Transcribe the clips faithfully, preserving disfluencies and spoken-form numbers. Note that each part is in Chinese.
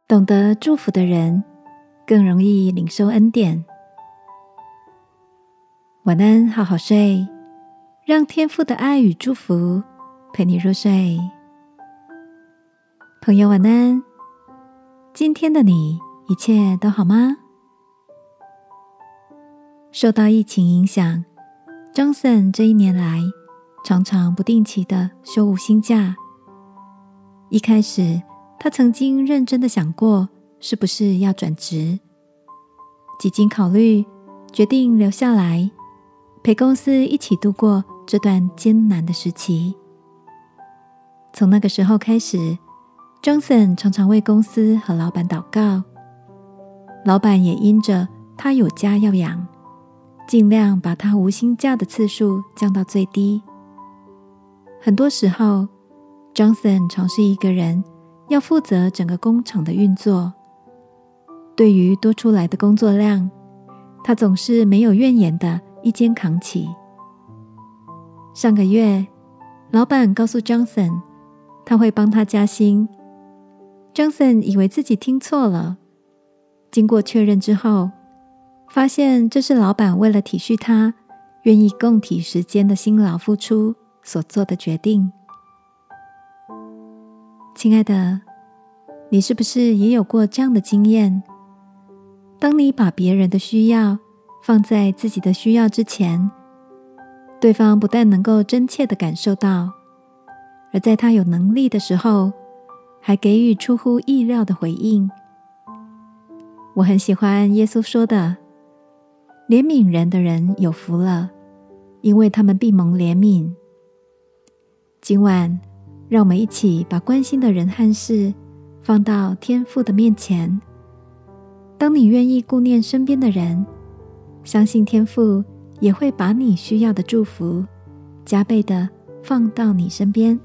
懂得祝福的人，更容易领受恩典。晚安，好好睡，让天父的爱与祝福陪你入睡。朋友晚安，今天的你一切都好吗？受到疫情影响， Johnson 这一年来常常不定期的休无薪假。一开始他曾经认真的想过是不是要转职，几经考虑，决定留下来陪公司一起度过这段艰难的时期。从那个时候开始， Johnson 常常为公司和老板祷告，老板也因着他有家要养，尽量把他无薪假的次数降到最低。很多时候 Johnson 常是一个人要负责整个工厂的运作，对于多出来的工作量，他总是没有怨言的一肩扛起。上个月，老板告诉 Johnson 他会帮他加薪， Johnson 以为自己听错了，经过确认之后，发现这是老板为了体恤他愿意共体时间的辛劳付出所做的决定。亲爱的，你是不是也有过这样的经验？当你把别人的需要放在自己的需要之前，对方不但能够真切地感受到，而在他有能力的时候，还给予出乎意料的回应。我很喜欢耶稣说的，怜悯人的人有福了，因为他们必蒙怜悯。今晚让我们一起把关心的人和事放到天父的面前。当你愿意顾念身边的人，相信天父也会把你需要的祝福加倍的放到你身边。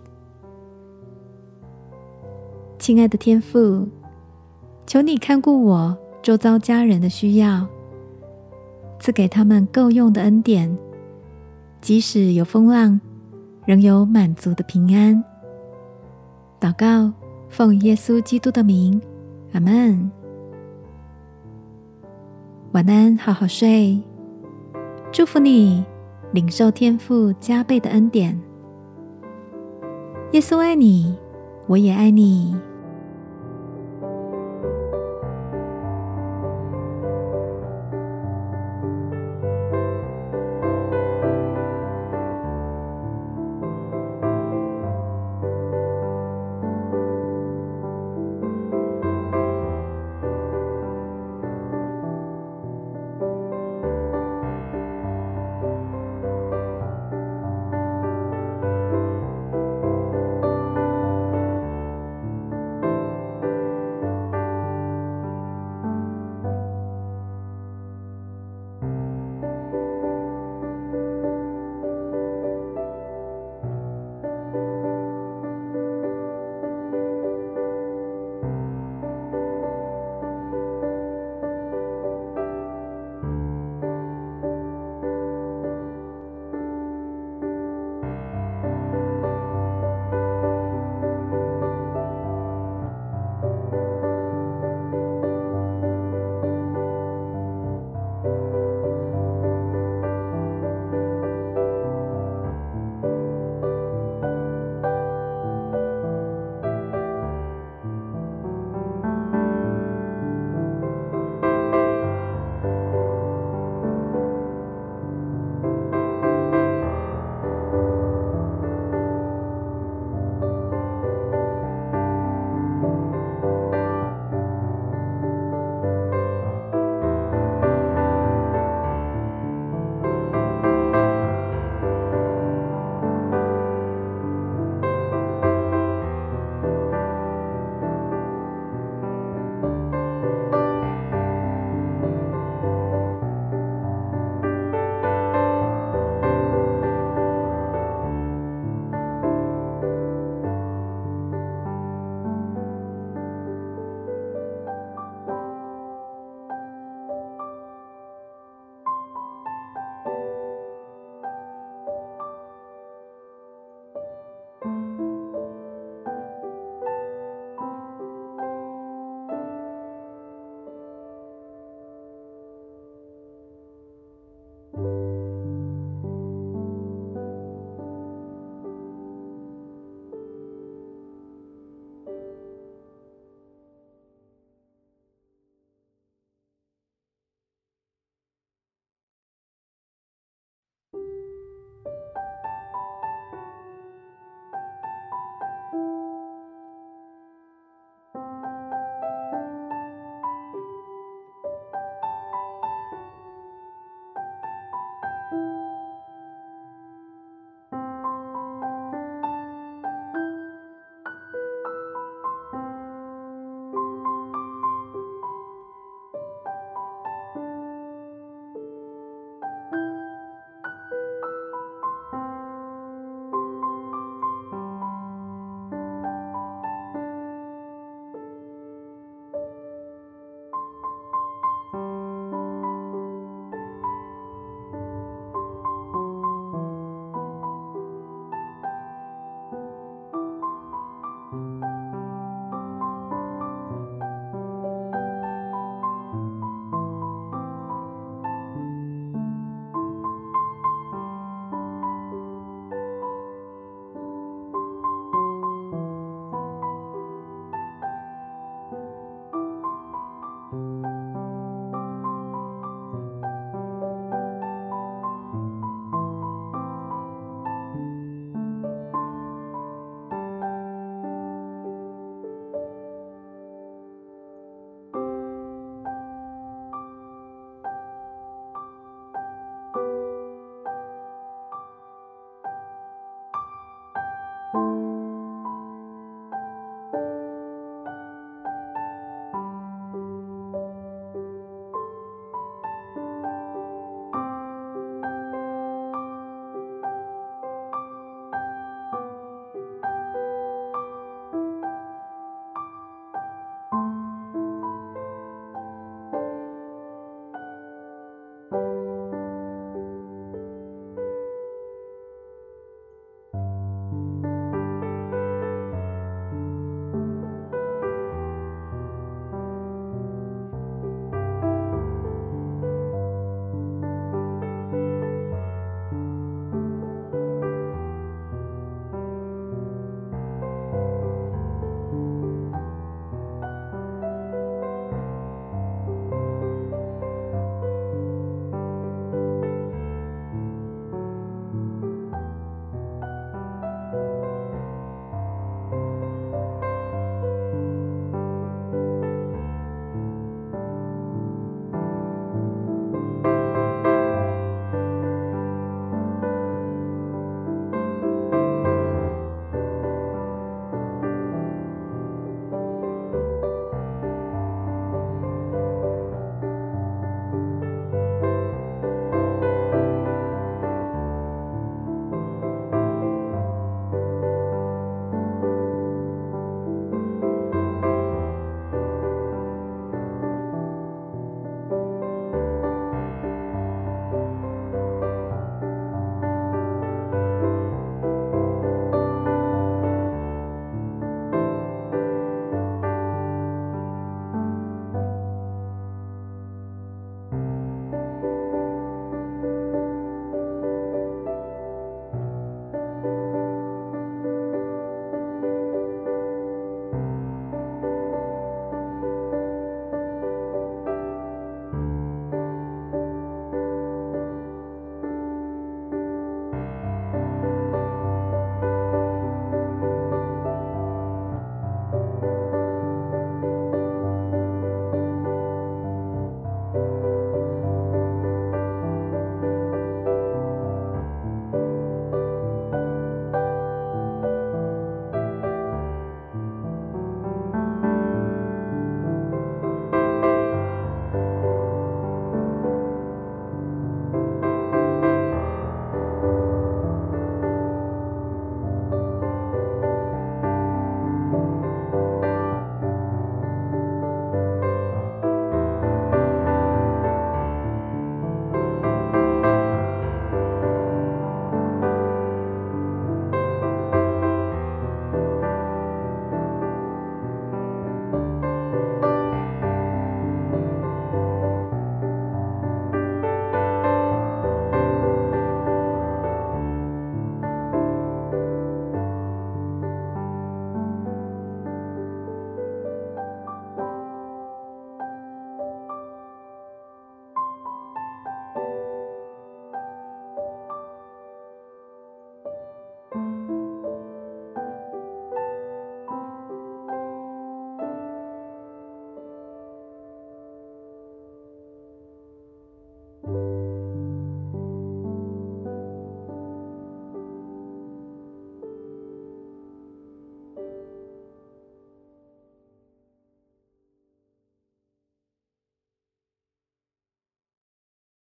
亲爱的天父，求你看顾我周遭家人的需要，赐给他们够用的恩典，即使有风浪，仍有满足的平安。祷告，奉耶稣基督的名，阿们。晚安，好好睡。祝福你领受天父加倍的恩典。耶稣爱你，我也爱你。